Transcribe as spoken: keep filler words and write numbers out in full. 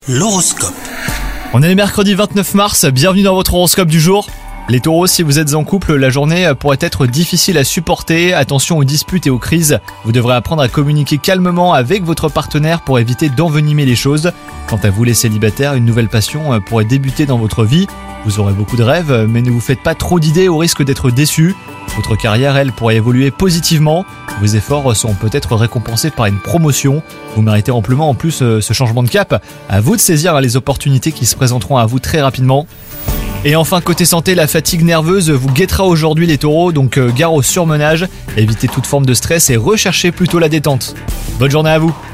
L'horoscope. On est le mercredi vingt-neuf mars, bienvenue dans votre horoscope du jour. Les taureaux, si vous êtes en couple, la journée pourrait être difficile à supporter. Attention aux disputes et aux crises. Vous devrez apprendre à communiquer calmement avec votre partenaire pour éviter d'envenimer les choses. Quant à vous les célibataires, une nouvelle passion pourrait débuter dans votre vie. Vous aurez beaucoup de rêves, mais ne vous faites pas trop d'idées au risque d'être déçus. Votre carrière, elle, pourrait évoluer positivement. Vos efforts sont peut-être récompensés par une promotion. Vous méritez amplement en plus ce changement de cap. À vous de saisir les opportunités qui se présenteront à vous très rapidement. Et enfin, côté santé, la fatigue nerveuse vous guettera aujourd'hui les taureaux, donc gare au surmenage. Évitez toute forme de stress et recherchez plutôt la détente. Bonne journée à vous.